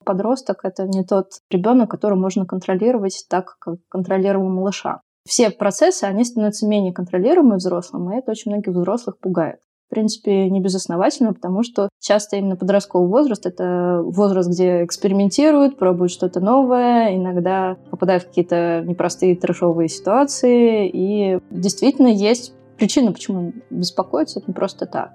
подросток — это не тот ребенок, который можно контролировать так, как контролировал малыша. Все процессы, они становятся менее контролируемы взрослым, и это очень многих взрослых пугает. В принципе, не безосновательно, потому что часто именно подростковый возраст — это возраст, где экспериментируют, пробуют что-то новое, иногда попадают в какие-то непростые трэшовые ситуации, и действительно есть причина, почему беспокоиться, это не просто так.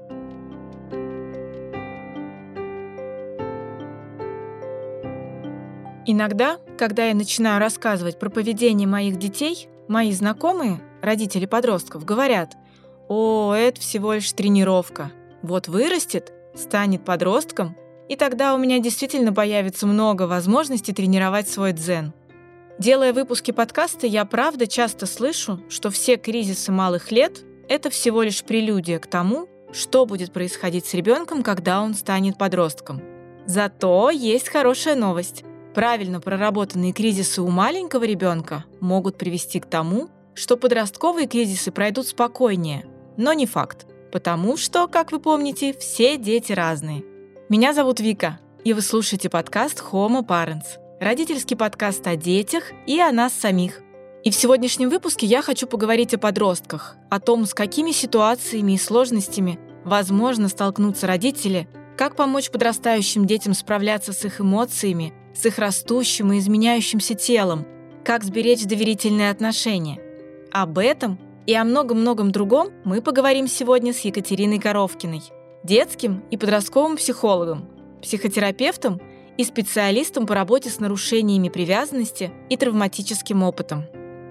Иногда, когда я начинаю рассказывать про поведение моих детей, мои знакомые, родители подростков, говорят: «О, это всего лишь тренировка. Вот вырастет, станет подростком, и тогда у меня действительно появится много возможностей тренировать свой дзен». Делая выпуски подкаста, я правда часто слышу, что все кризисы малых лет – это всего лишь прелюдия к тому, что будет происходить с ребенком, когда он станет подростком. Зато есть хорошая новость. Правильно проработанные кризисы у маленького ребенка могут привести к тому, что подростковые кризисы пройдут спокойнее. Но не факт, потому что, как вы помните, все дети разные. Меня зовут Вика, и вы слушаете подкаст Homo Parents, родительский подкаст о детях и о нас самих. И в сегодняшнем выпуске я хочу поговорить о подростках, о том, с какими ситуациями и сложностями возможно столкнуться родители, как помочь подрастающим детям справляться с их эмоциями, с их растущим и изменяющимся телом, как сберечь доверительные отношения. Об этом и о многом-многом другом мы поговорим сегодня с Екатериной Коровкиной, детским и подростковым психологом, психотерапевтом и специалистом по работе с нарушениями привязанности и травматическим опытом.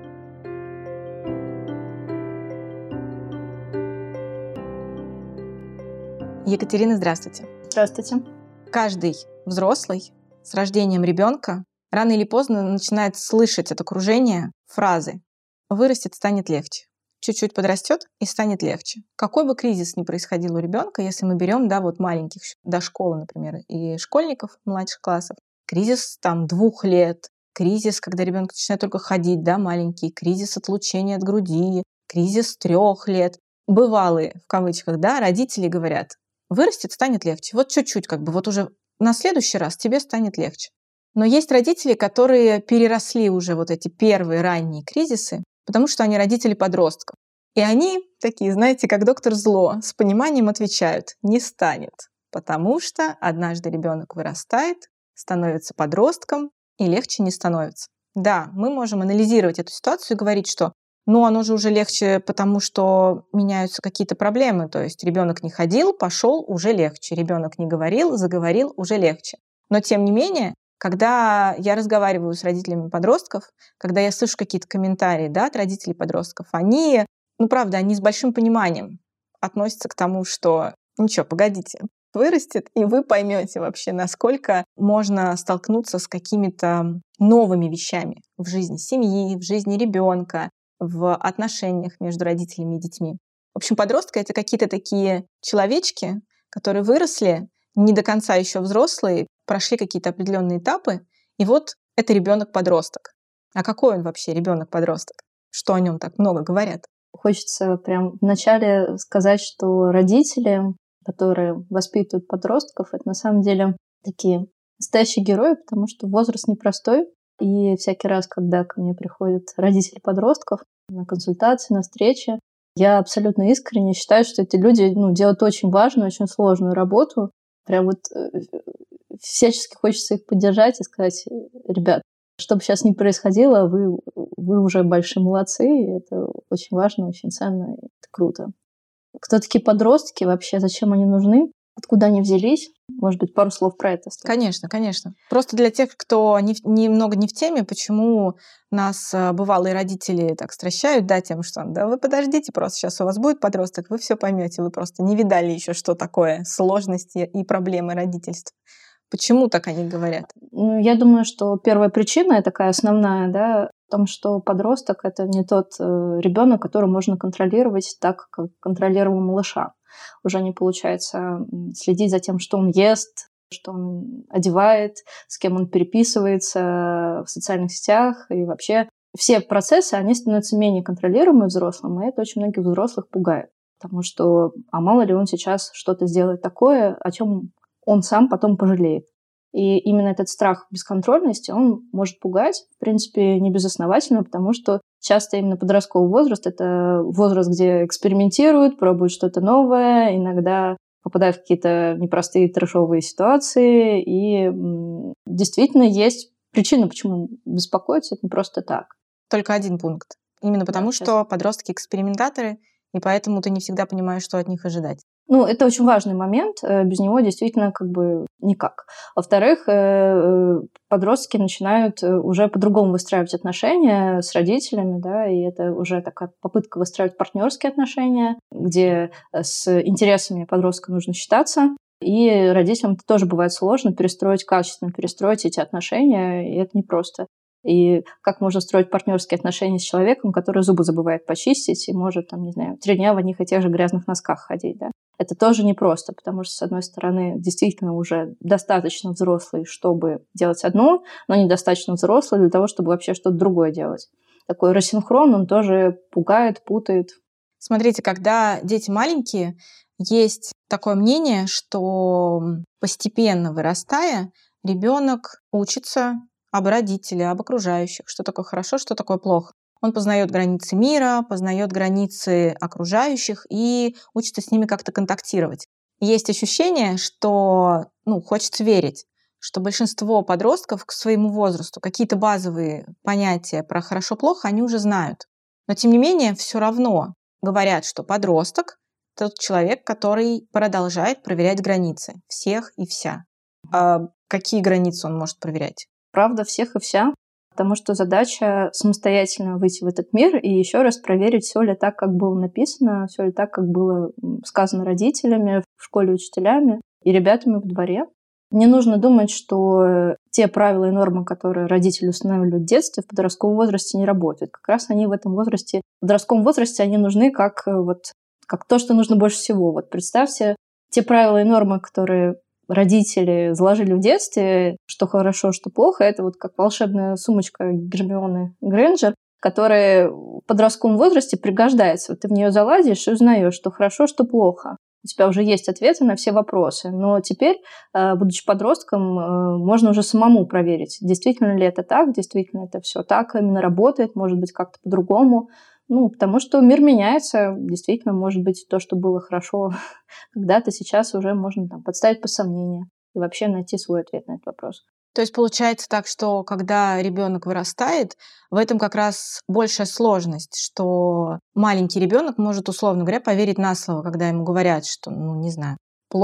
Екатерина, здравствуйте. Здравствуйте. Каждый взрослый с рождением ребенка рано или поздно начинает слышать от окружения фразы «вырастет, станет легче». Чуть-чуть подрастет и станет легче. Какой бы кризис ни происходил у ребенка, если мы берем, маленьких до школы, например, и школьников младших классов, кризис 2 лет, кризис, когда ребенок начинает только ходить, маленький, кризис отлучения от груди, кризис 3 лет. Бывалые, в кавычках, родители говорят: вырастет, станет легче. Вот чуть-чуть, уже на следующий раз тебе станет легче. Но есть родители, которые переросли уже эти первые ранние кризисы, потому что они родители подростков. И они такие, знаете, как доктор Зло, с пониманием отвечают: не станет. Потому что однажды ребенок вырастает, становится подростком, и легче не становится. Да, мы можем анализировать эту ситуацию и говорить, что оно же уже легче, потому что меняются какие-то проблемы. То есть ребенок не ходил, пошел, уже легче. Ребенок не говорил, заговорил, уже легче. Но тем не менее, когда я разговариваю с родителями подростков, когда я слышу какие-то комментарии от родителей подростков, они, они с большим пониманием относятся к тому, что ничего, погодите, вырастет, и вы поймете вообще, насколько можно столкнуться с какими-то новыми вещами в жизни семьи, в жизни ребенка, в отношениях между родителями и детьми. В общем, подростки — это какие-то такие человечки, которые выросли, не до конца еще взрослые, прошли какие-то определенные этапы, и это ребенок-подросток. А какой он вообще ребенок-подросток? Что о нем так много говорят? Хочется прям вначале сказать, что родители, которые воспитывают подростков, это на самом деле такие настоящие герои, потому что возраст непростой. И всякий раз, когда ко мне приходят родители подростков на консультации, на встречи, я абсолютно искренне считаю, что эти люди делают очень важную, очень сложную работу. Прям всячески хочется их поддержать и сказать: ребят, что бы сейчас ни происходило, вы уже большие молодцы, и это очень важно, очень ценно, и это круто. Кто такие подростки вообще, зачем они нужны, откуда они взялись? Может быть, пару слов про это? Конечно, конечно. Просто для тех, кто немного не в теме, почему нас бывалые родители так стращают, тем, что вы подождите, просто сейчас у вас будет подросток, вы все поймете, вы просто не видали еще, что такое сложности и проблемы родительства. Почему так они говорят? Я думаю, что первая причина, такая основная, в том, что подросток — это не тот ребенок, которого можно контролировать так, как контролировал малыша. Уже не получается следить за тем, что он ест, что он одевает, с кем он переписывается в социальных сетях. И вообще все процессы, они становятся менее контролируемы взрослым, и это очень многих взрослых пугает. Потому что, мало ли он сейчас что-то сделает такое, о чем он сам потом пожалеет. И именно этот страх бесконтрольности, он может пугать, в принципе, не безосновательно, потому что часто именно подростковый возраст — это возраст, где экспериментируют, пробуют что-то новое, иногда попадают в какие-то непростые трэшовые ситуации. И действительно есть причина, почему беспокоиться, это не просто так. Только один пункт. Именно потому, сейчас. что подростки экспериментаторы, и поэтому ты не всегда понимаешь, что от них ожидать. Это очень важный момент, без него действительно никак. Во-вторых, подростки начинают уже по-другому выстраивать отношения с родителями, да, и это уже такая попытка выстраивать партнерские отношения, где с интересами подростка нужно считаться, и родителям это тоже бывает сложно качественно перестроить эти отношения, и это непросто. И как можно строить партнерские отношения с человеком, который зубы забывает почистить и может, 3 дня в одних и тех же грязных носках ходить, да? Это тоже непросто, потому что, с одной стороны, действительно уже достаточно взрослый, чтобы делать одно, но недостаточно взрослый для того, чтобы вообще что-то другое делать. Такой рассинхрон, он тоже пугает, путает. Смотрите, когда дети маленькие, есть такое мнение, что постепенно вырастая, ребенок учится об родителе, об окружающих, что такое хорошо, что такое плохо. Он познает границы мира, познает границы окружающих и учится с ними как-то контактировать. Есть ощущение, что хочется верить, что большинство подростков к своему возрасту какие-то базовые понятия про хорошо-плохо они уже знают. Но тем не менее, все равно говорят, что подросток — тот человек, который продолжает проверять границы всех и вся. А какие границы он может проверять? Правда всех и вся, потому что задача самостоятельно выйти в этот мир и еще раз проверить, все ли так, как было написано, все ли так, как было сказано родителями, в школе учителями и ребятами в дворе. Не нужно думать, что те правила и нормы, которые родители устанавливают в детстве, в подростковом возрасте не работают. Как раз они в подростковом возрасте они нужны как то, что нужно больше всего. Вот представьте, те правила и нормы, которые родители заложили в детстве, что хорошо, что плохо, это как волшебная сумочка Гермионы Грейнджер, которая в подростковом возрасте пригождается. Ты в нее залазишь и узнаешь, что хорошо, что плохо. У тебя уже есть ответы на все вопросы. Но теперь, будучи подростком, можно уже самому проверить, действительно ли это так, действительно это все так именно работает, может быть, как-то по-другому. Потому что мир меняется. Действительно, может быть, то, что было хорошо когда-то, сейчас уже можно подставить под сомнение и вообще найти свой ответ на этот вопрос. То есть получается так, что когда ребенок вырастает, в этом как раз большая сложность, что маленький ребенок может, условно говоря, поверить на слово, когда ему говорят, что, не знаю,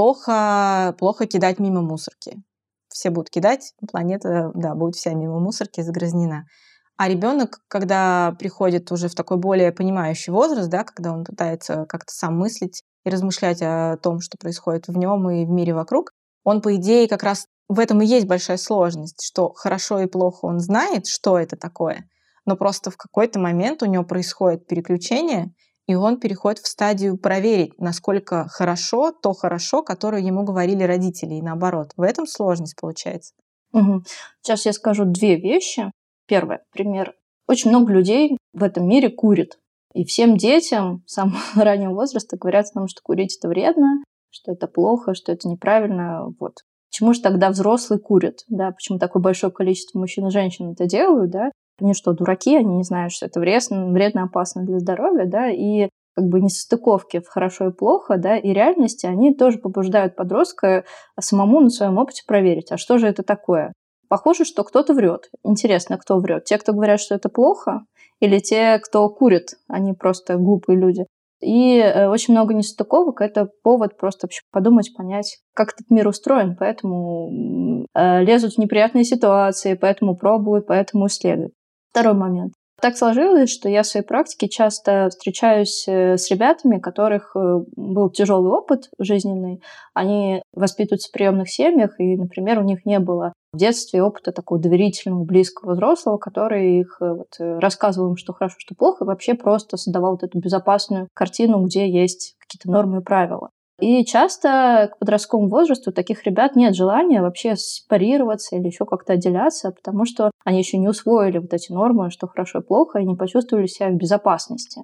плохо кидать мимо мусорки. Все будут кидать, планета, будет вся мимо мусорки загрязнена. А ребенок, когда приходит уже в такой более понимающий возраст, когда он пытается как-то сам мыслить и размышлять о том, что происходит в нем и в мире вокруг, он, по идее, как раз в этом и есть большая сложность, что хорошо и плохо он знает, что это такое, но просто в какой-то момент у него происходит переключение, и он переходит в стадию проверить, насколько хорошо то хорошо, которое ему говорили родители, и наоборот. В этом сложность получается. Угу. Сейчас я скажу 2 вещи. Первое, пример. Очень много людей в этом мире курит. И всем детям с самого раннего возраста говорят о том, что курить это вредно, что это плохо, что это неправильно. Почему же тогда взрослые курят? Да? Почему такое большое количество мужчин и женщин это делают? Да? Они что, дураки? Они не знают, что это вредно, опасно для здоровья. Да? И несостыковки в хорошо и плохо, да, и реальности, они тоже побуждают подростка самому на своем опыте проверить, а что же это такое? Похоже, что кто-то врет. Интересно, кто врет? Те, кто говорят, что это плохо, или те, кто курит, они просто глупые люди. И очень много несостыковок. Это повод просто вообще подумать, понять, как этот мир устроен. Поэтому лезут в неприятные ситуации, поэтому пробуют, поэтому исследуют. Второй момент. Так сложилось, что я в своей практике часто встречаюсь с ребятами, у которых был тяжелый опыт жизненный. Они воспитываются в приемных семьях, и, например, у них не было в детстве опыта такого доверительного, близкого взрослого, который их рассказывал им, что хорошо, что плохо, и вообще просто создавал эту безопасную картину, где есть какие-то нормы и правила. И часто к подростковому возрасту у таких ребят нет желания вообще сепарироваться или еще как-то отделяться, потому что они еще не усвоили эти нормы, что хорошо и плохо, и не почувствовали себя в безопасности.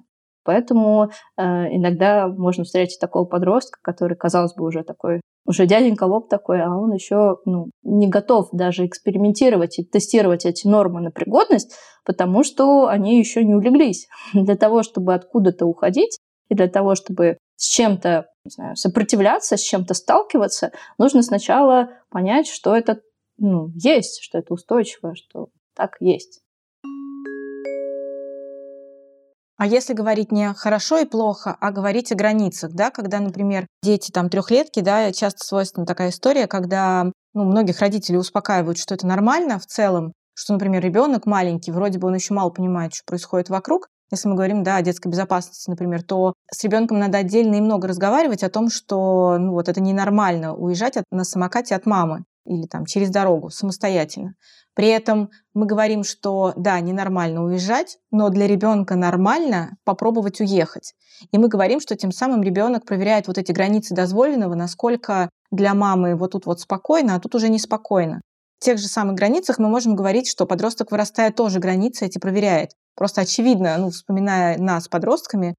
Поэтому иногда можно встретить такого подростка, который, казалось бы, уже дяденька лоб такой, а он еще не готов даже экспериментировать и тестировать эти нормы на пригодность, потому что они еще не улеглись. Для того, чтобы откуда-то уходить, и для того, чтобы с чем-то, не знаю, сопротивляться, с чем-то сталкиваться, нужно сначала понять, что это есть, что это устойчиво, что так есть. А если говорить не хорошо и плохо, а говорить о границах, да, когда, например, дети трехлетки, да, часто свойственна такая история, когда многих родителей успокаивают, что это нормально в целом, что, например, ребенок маленький, вроде бы он еще мало понимает, что происходит вокруг. Если мы говорим, да, о детской безопасности, например, то с ребенком надо отдельно и много разговаривать о том, что это ненормально уезжать на самокате от мамы или через дорогу самостоятельно. При этом мы говорим, что да, ненормально уезжать, но для ребенка нормально попробовать уехать. И мы говорим, что тем самым ребенок проверяет эти границы дозволенного, насколько для мамы тут спокойно, а тут уже неспокойно. В тех же самых границах мы можем говорить, что подросток, вырастая, тоже границы эти проверяет. Просто очевидно, вспоминая нас, подростками,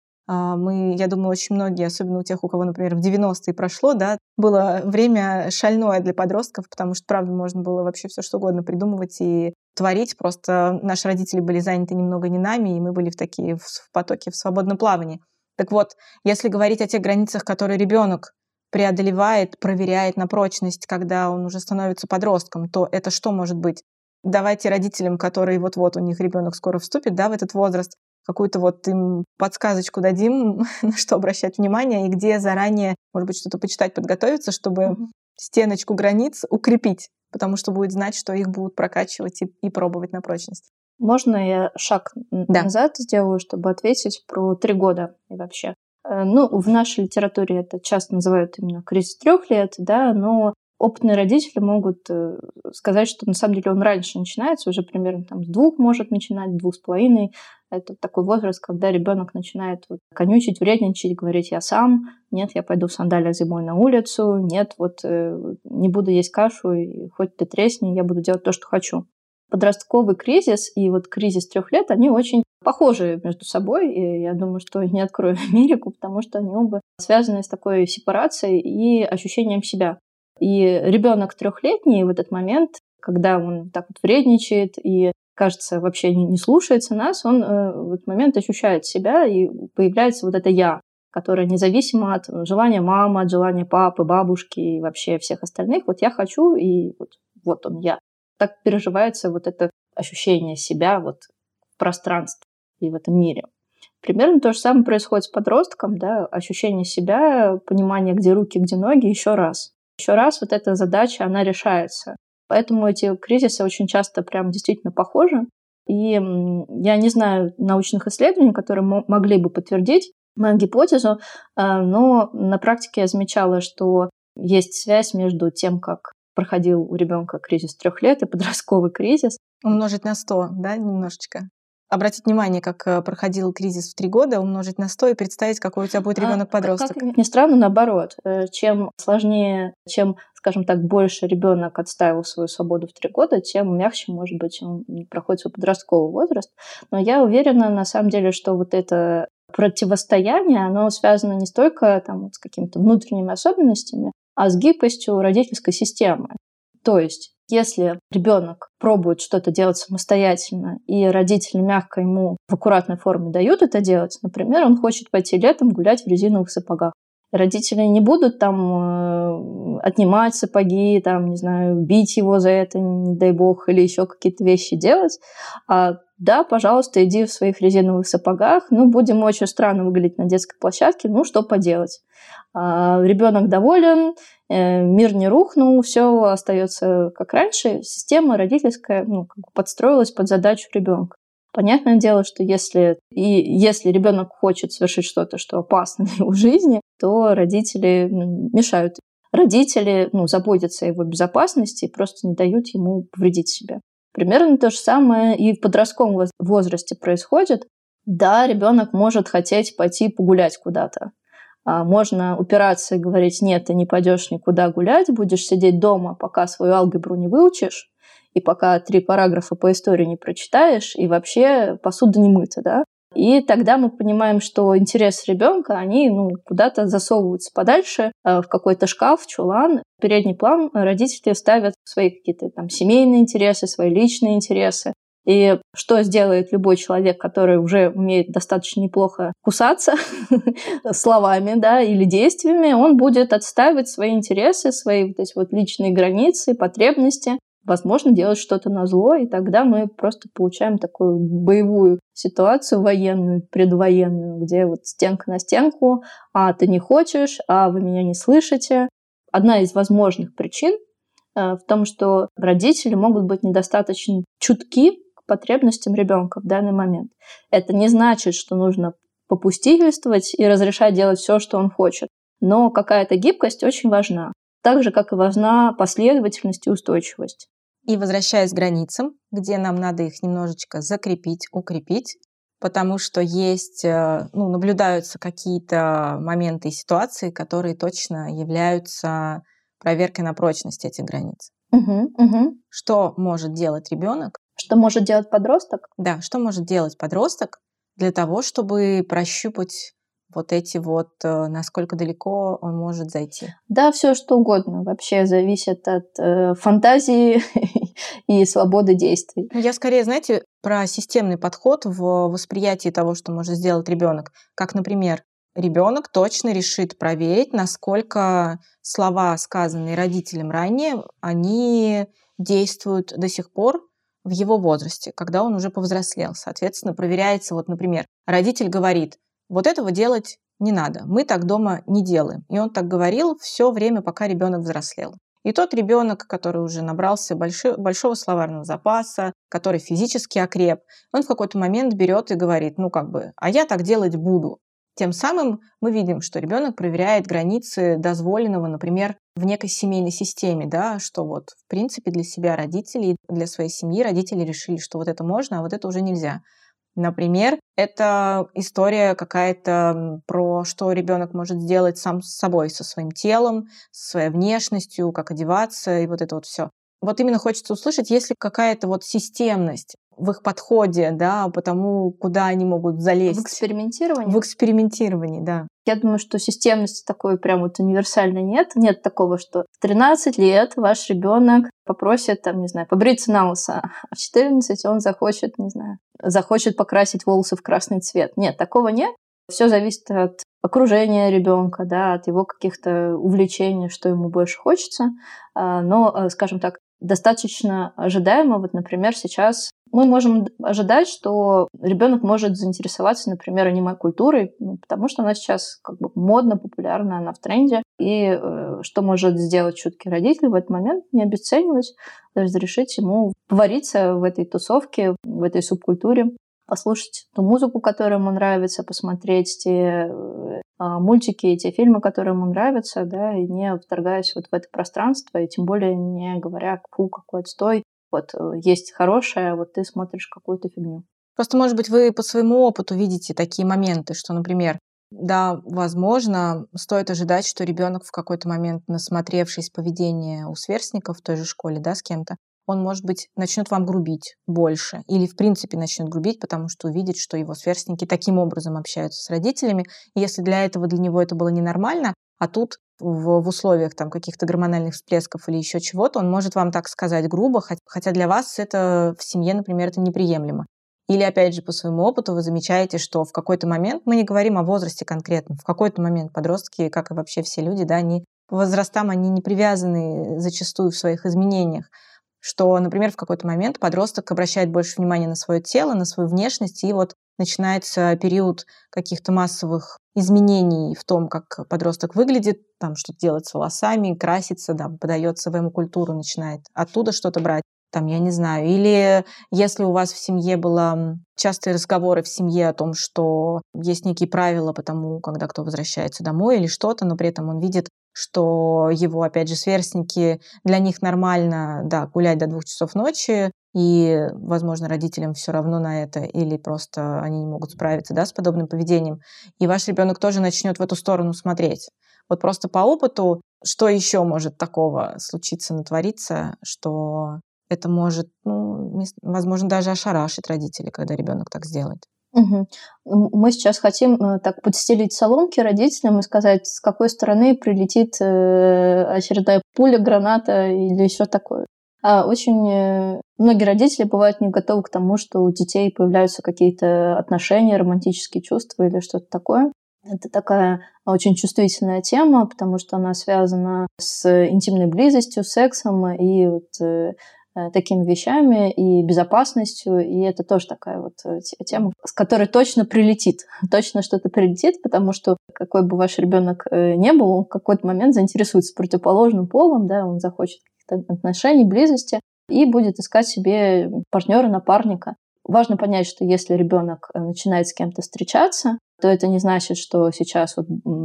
я думаю, очень многие, особенно у тех, у кого, например, в 90-е прошло, да, было время шальное для подростков, потому что, правда, можно было вообще все что угодно придумывать и творить. Просто наши родители были заняты немного не нами, и мы были в потоке, в свободном плавании. Так вот, если говорить о тех границах, которые ребенок преодолевает, проверяет на прочность, когда он уже становится подростком, то это что может быть? Давайте родителям, которые вот-вот у них ребенок скоро вступит, да, в этот возраст, какую-то им подсказочку дадим, на что обращать внимание, и где заранее, может быть, что-то почитать, подготовиться, чтобы стеночку границ укрепить, потому что будет знать, что их будут прокачивать и пробовать на прочность. Можно я шаг назад сделаю, чтобы ответить про 3 года и вообще? В нашей литературе это часто называют именно кризис 3 лет, да, но опытные родители могут сказать, что на самом деле он раньше начинается, уже примерно с 2 может начинать, 2,5. Это такой возраст, когда ребенок начинает конючить, вредничать, говорить: я сам, нет, я пойду в сандалиях зимой на улицу, нет, не буду есть кашу, и хоть ты тресни, я буду делать то, что хочу. Подростковый кризис и кризис 3 лет, они очень похожи между собой, и я думаю, что не открою Америку, потому что они оба связаны с такой сепарацией и ощущением себя. И ребенок 3-летний в этот момент, когда он так вредничает и, кажется, вообще не слушается нас, он в этот момент ощущает себя, и появляется это «я», которое независимо от желания мамы, от желания папы, бабушки и вообще всех остальных. Я хочу, и вот он я. Так переживается это ощущение себя в пространстве и в этом мире. Примерно то же самое происходит с подростком, да, ощущение себя, понимание, где руки, где ноги, еще раз. Еще раз эта задача, она решается. Поэтому эти кризисы очень часто прям действительно похожи. И я не знаю научных исследований, которые могли бы подтвердить мою гипотезу, но на практике я замечала, что есть связь между тем, как проходил у ребенка кризис 3 лет и подростковый кризис. Умножить на 100, да, немножечко? Обратить внимание, как проходил кризис в 3 года, умножить на 100 и представить, какой у тебя будет ребенок-подросток. Как ни странно, наоборот. Чем сложнее, чем, скажем так, больше ребенок отстаивал свою свободу в 3 года, тем мягче, может быть, он проходит свой подростковый возраст. Но я уверена, на самом деле, что это противостояние, оно связано не столько с какими-то внутренними особенностями, а с гибкостью родительской системы. То есть, если ребенок пробует что-то делать самостоятельно, и родители мягко ему в аккуратной форме дают это делать, например, он хочет пойти летом гулять в резиновых сапогах. Родители не будут отнимать сапоги, не знаю, бить его за это, не дай бог, или еще какие-то вещи делать. Да, пожалуйста, иди в своих резиновых сапогах. Будем очень странно выглядеть на детской площадке, что поделать. Ребенок доволен, мир не рухнул, все остается как раньше. Система родительская подстроилась под задачу ребенка. Понятное дело, что если ребенок хочет совершить что-то, что опасно для его жизни, то родители мешают. Родители заботятся о его безопасности и просто не дают ему повредить себя. Примерно то же самое и в подростковом возрасте происходит. Да, ребенок может хотеть пойти погулять куда-то. Можно упираться и говорить: нет, ты не пойдешь никуда гулять, будешь сидеть дома, пока свою алгебру не выучишь, и пока 3 параграфа по истории не прочитаешь, и вообще посуда не мыта, да? И тогда мы понимаем, что интересы ребенка, они куда-то засовываются подальше, в какой-то шкаф, в чулан. В передний план родители ставят свои какие-то там семейные интересы, свои личные интересы. И что сделает любой человек, который уже умеет достаточно неплохо кусаться словами, да, или действиями, он будет отстаивать свои интересы, свои вот эти вот личные границы, потребности, возможно, делать что-то назло, и тогда мы просто получаем такую боевую ситуацию военную, предвоенную, где вот стенка на стенку, а ты не хочешь, а вы меня не слышите. Одна из возможных причин в том, что родители могут быть недостаточно чутки к потребностям ребенка в данный момент. Это не значит, что нужно попустительствовать и разрешать делать все, что он хочет. Но какая-то гибкость очень важна. Так же, как и важна последовательность и устойчивость. И возвращаясь к границам, где нам надо их немножечко закрепить, укрепить, потому что есть, наблюдаются какие-то моменты и ситуации, которые точно являются проверкой на прочность этих границ. Что может делать ребенок? Что может делать подросток? Да, что может делать подросток для того, чтобы прощупать вот эти вот, насколько далеко он может зайти? Да, все что угодно. Вообще зависит от фантазии и свободы действий. Я скорее, знаете, про системный подход в восприятии того, что может сделать ребенок. Как, например, ребенок точно решит проверить, насколько слова, сказанные родителям ранее, они действуют до сих пор в его возрасте, когда он уже повзрослел. Соответственно, проверяется, вот, например, родитель говорит, вот этого делать не надо, мы так дома не делаем. И он так говорил все время, пока ребенок взрослел. И тот ребенок, который уже набрался большого словарного запаса, который физически окреп, он в какой-то момент берет и говорит, а я так делать буду. Тем самым мы видим, что ребенок проверяет границы дозволенного, например, в некой семейной системе, да, что вот в принципе для себя родители, для своей семьи родители решили, что вот это можно, а вот это уже нельзя. Например, это история какая-то про что ребенок может сделать сам с собой, со своим телом, со своей внешностью, как одеваться и вот это вот все. Вот именно хочется услышать, есть ли какая-то вот системность в их подходе, да, по тому, куда они могут залезть. В экспериментировании? В экспериментировании, да. Я думаю, что системности такой прям вот универсальной нет. Нет такого, что в 13 лет ваш ребенок попросит, побриться на лысо, а в 14 он захочет покрасить волосы в красный цвет. Нет, такого нет. Все зависит от окружения ребенка, да, от его каких-то увлечений, что ему больше хочется. Но, скажем так, достаточно ожидаемо. Вот, например, сейчас мы можем ожидать, что ребенок может заинтересоваться, например, аниме-культурой, потому что она сейчас модно, популярна, она в тренде. И что может сделать чуткий родитель в этот момент? Не обесценивать, разрешить ему вариться в этой тусовке, в этой субкультуре, послушать ту музыку, которая ему нравится, посмотреть те мультики и те фильмы, которые ему нравятся, да, и не вторгаясь вот в это пространство, и тем более не говоря, фу, какой отстой, вот есть хорошее, а вот ты смотришь какую-то фигню. Просто, может быть, вы по своему опыту видите такие моменты, что, например, да, возможно, стоит ожидать, что ребенок в какой-то момент, насмотревшись поведения у сверстников в той же школе, да, с кем-то, он, может быть, начнет вам грубить больше или, в принципе, начнет грубить, потому что увидит, что его сверстники таким образом общаются с родителями. И если для него это было ненормально, а тут в условиях там каких-то гормональных всплесков или еще чего-то, он может вам так сказать грубо, хотя для вас это в семье, например, это неприемлемо. Или, опять же, по своему опыту вы замечаете, что в какой-то момент, мы не говорим о возрасте конкретно, в какой-то момент подростки, как и вообще все люди, да, по возрастам они не привязаны зачастую в своих изменениях, что, например, в какой-то момент подросток обращает больше внимания на свое тело, на свою внешность, и вот начинается период каких-то массовых изменений в том, как подросток выглядит, там что-то делать с волосами, красится, да, подается в эмо-культуру, начинает оттуда что-то брать, там, я не знаю. Или если у вас в семье было частые разговоры в семье о том, что есть некие правила по тому, когда кто возвращается домой или что-то, но при этом он видит, что его, опять же, сверстники, для них нормально, да, гулять до 2 часов ночи, и, возможно, родителям все равно на это, или просто они не могут справиться, да, с подобным поведением, и ваш ребенок тоже начнет в эту сторону смотреть. Вот просто по опыту, что еще может такого случиться, натвориться, что это может, возможно, даже ошарашить родителей, когда ребенок так сделает. Мгм. Мы сейчас хотим так подстелить соломки родителям и сказать, с какой стороны прилетит очередная пуля, граната или еще такое. Очень многие родители бывают не готовы к тому, что у детей появляются какие-то отношения, романтические чувства или что-то такое. Это такая очень чувствительная тема, потому что она связана с интимной близостью, сексом и такими вещами и безопасностью, и это тоже такая вот тема, с которой точно прилетит, точно что-то прилетит, потому что какой бы ваш ребенок не был, он в какой-то момент заинтересуется противоположным полом, да, он захочет каких-то отношений, близости и будет искать себе партнера, напарника. Важно понять, что если ребенок начинает с кем-то встречаться, то это не значит, что сейчас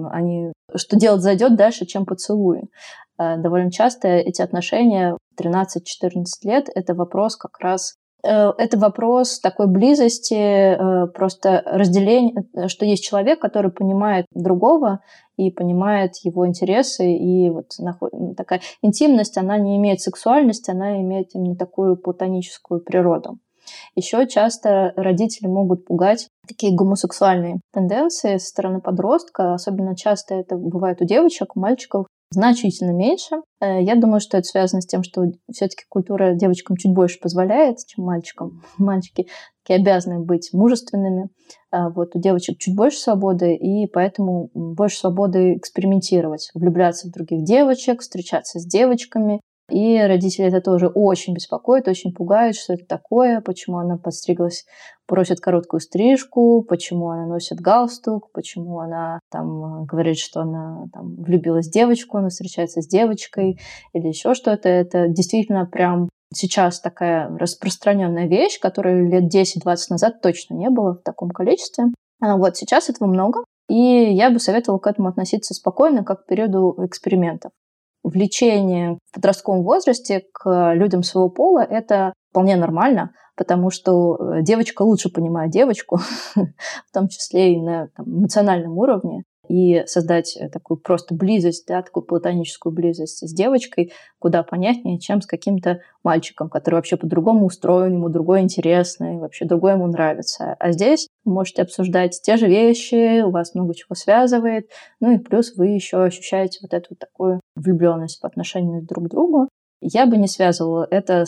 что делать зайдет дальше, чем поцелуи. Довольно часто эти отношения в 13-14 лет — это вопрос как раз это вопрос такой близости, просто разделения, что есть человек, который понимает другого и понимает его интересы, и вот такая интимность, она не имеет сексуальности, она имеет именно такую платоническую природу. Еще часто родители могут пугать такие гомосексуальные тенденции со стороны подростка. Особенно часто это бывает у девочек, у мальчиков значительно меньше. Я думаю, что это связано с тем, что все-таки культура девочкам чуть больше позволяет, чем мальчикам. Мальчики такие обязаны быть мужественными. Вот у девочек чуть больше свободы, и поэтому больше свободы экспериментировать, влюбляться в других девочек, встречаться с девочками. И родители это тоже очень беспокоит, очень пугает, что это такое, почему она подстриглась, просит короткую стрижку, почему она носит галстук, почему она там говорит, что она там влюбилась в девочку, она встречается с девочкой или еще что-то. Это действительно прям сейчас такая распространенная вещь, которой лет 10-20 назад точно не было в таком количестве. Вот сейчас этого много, и я бы советовала к этому относиться спокойно, как к периоду экспериментов. Влечение в подростковом возрасте к людям своего пола — это вполне нормально, потому что девочка лучше понимает девочку, в том числе и на эмоциональном уровне. И создать такую просто близость, да, такую платоническую близость с девочкой куда понятнее, чем с каким-то мальчиком, который вообще по-другому устроен, ему другое интересно, и вообще другое ему нравится. А здесь вы можете обсуждать те же вещи, у вас много чего связывает, ну и плюс вы еще ощущаете вот эту вот такую влюбленность по отношению друг к другу. Я бы не связывала это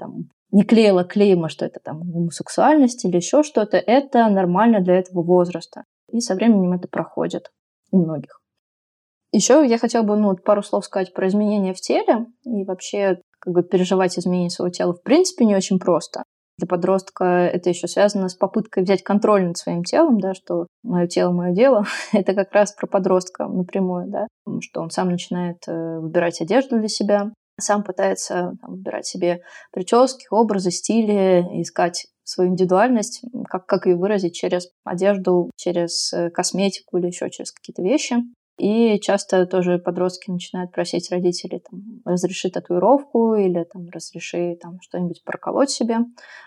не клеила клейма, что это гомосексуальность или еще что-то. Это нормально для этого возраста. И со временем это проходит у многих. Еще я хотела бы пару слов сказать про изменения в теле. И вообще переживать изменения своего тела в принципе не очень просто. Для подростка это еще связано с попыткой взять контроль над своим телом, да, что мое тело, мое дело. Это как раз про подростка напрямую, да, что он сам начинает выбирать одежду для себя, сам пытается выбирать себе прически, образы, стили, искать свою индивидуальность, как ее выразить через одежду, через косметику или еще через какие-то вещи. И часто тоже подростки начинают просить родителей разреши татуировку или разреши что-нибудь проколоть себе.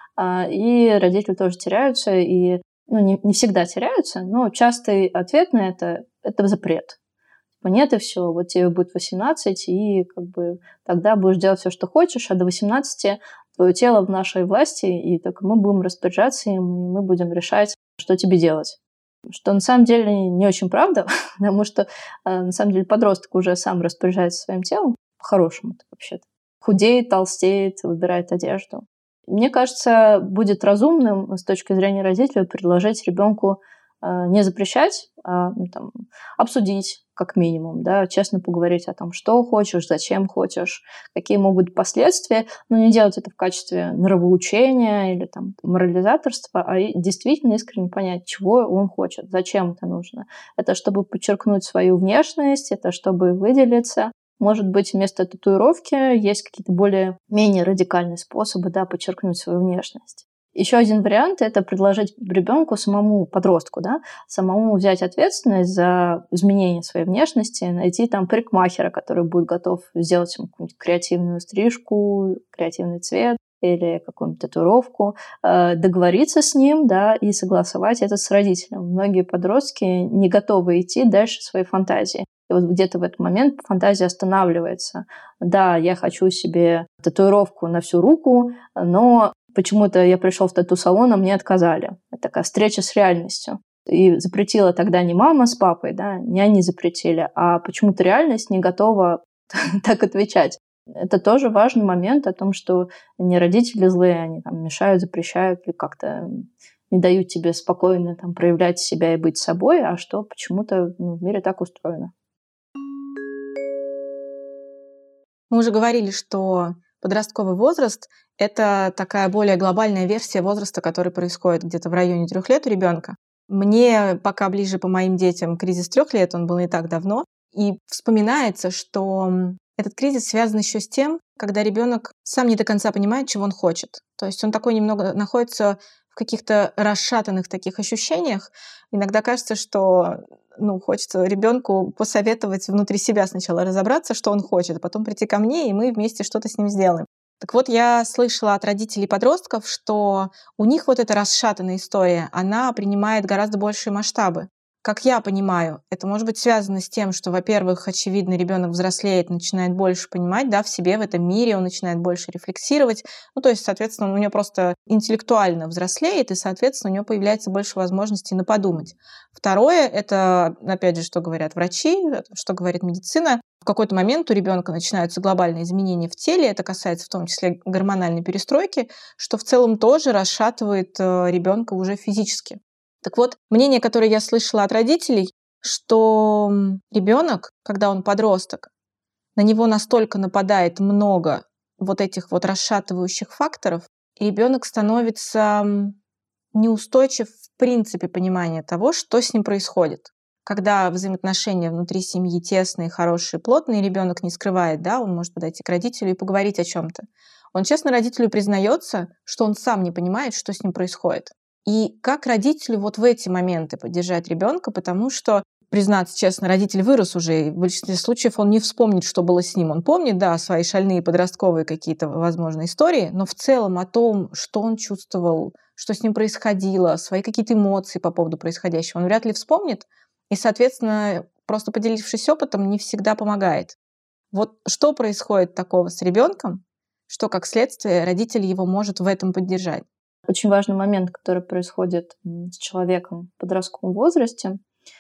И родители тоже теряются, и не всегда теряются, но частый ответ на это запрет. Нет, и все, вот тебе будет 18, и тогда будешь делать все, что хочешь, а до 18 твое тело в нашей власти, и только мы будем распоряжаться им, и мы будем решать, что тебе делать. Что на самом деле не очень правда, потому что на самом деле подросток уже сам распоряжается своим телом, по-хорошему-то вообще-то. Худеет, толстеет, выбирает одежду. Мне кажется, будет разумным с точки зрения родителей предложить ребенку не запрещать, а обсудить как минимум, да, честно поговорить о том, что хочешь, зачем хочешь, какие могут быть последствия, но не делать это в качестве нравоучения или морализаторства, а действительно искренне понять, чего он хочет, зачем это нужно. Это чтобы подчеркнуть свою внешность, это чтобы выделиться. Может быть, вместо татуировки есть какие-то более-менее радикальные способы, да, подчеркнуть свою внешность. Еще один вариант — это предложить ребенку, самому подростку, да, самому взять ответственность за изменение своей внешности, найти парикмахера, который будет готов сделать ему какую-нибудь креативную стрижку, креативный цвет или какую-нибудь татуировку, договориться с ним, да, и согласовать это с родителем. Многие подростки не готовы идти дальше своей фантазии. И вот где-то в этот момент фантазия останавливается. Да, я хочу себе татуировку на всю руку, но Почему-то я пришел в тату-салон, а мне отказали. Это такая встреча с реальностью. И запретила тогда не мама с папой, да, не они запретили, а почему-то реальность не готова так отвечать. Это тоже важный момент о том, что не родители злые, они там мешают, запрещают или как-то не дают тебе спокойно там проявлять себя и быть собой, а что почему-то в мире так устроено. Мы уже говорили, что подростковый возраст — это такая более глобальная версия возраста, который происходит где-то в районе 3 лет у ребенка. Мне пока ближе по моим детям кризис 3 лет, он был не так давно. И вспоминается, что этот кризис связан еще с тем, когда ребенок сам не до конца понимает, чего он хочет. То есть он такой немного находится в каких-то расшатанных таких ощущениях. Иногда кажется, что хочется ребенку посоветовать внутри себя сначала разобраться, что он хочет, а потом прийти ко мне, и мы вместе что-то с ним сделаем. Так вот, я слышала от родителей подростков, что у них вот эта расшатанная история, она принимает гораздо большие масштабы. Как я понимаю, это может быть связано с тем, что, во-первых, очевидно, ребенок взрослеет, начинает больше понимать, да, в себе, в этом мире, он начинает больше рефлексировать. То есть, соответственно, у него просто интеллектуально взрослеет, и, соответственно, у него появляется больше возможностей на подумать. Второе, это, опять же, что говорят врачи, что говорит медицина. В какой-то момент у ребенка начинаются глобальные изменения в теле, это касается в том числе гормональной перестройки, что в целом тоже расшатывает ребенка уже физически. Так вот, мнение, которое я слышала от родителей, что ребенок, когда он подросток, на него настолько нападает много вот этих вот расшатывающих факторов, и ребенок становится неустойчив в принципе понимания того, что с ним происходит. Когда взаимоотношения внутри семьи тесные, хорошие, плотные, ребенок не скрывает, да, он может подойти к родителю и поговорить о чем-то. Он честно родителю признается, что он сам не понимает, что с ним происходит. И как родителю вот в эти моменты поддержать ребенка, потому что, признаться честно, родитель вырос уже, и в большинстве случаев он не вспомнит, что было с ним. Он помнит, да, свои шальные подростковые какие-то, возможно, истории, но в целом о том, что он чувствовал, что с ним происходило, свои какие-то эмоции по поводу происходящего, он вряд ли вспомнит. И, соответственно, просто поделившись опытом, не всегда помогает. Вот что происходит такого с ребенком, что, как следствие, родитель его может в этом поддержать? Очень важный момент, который происходит с человеком в подростковом возрасте,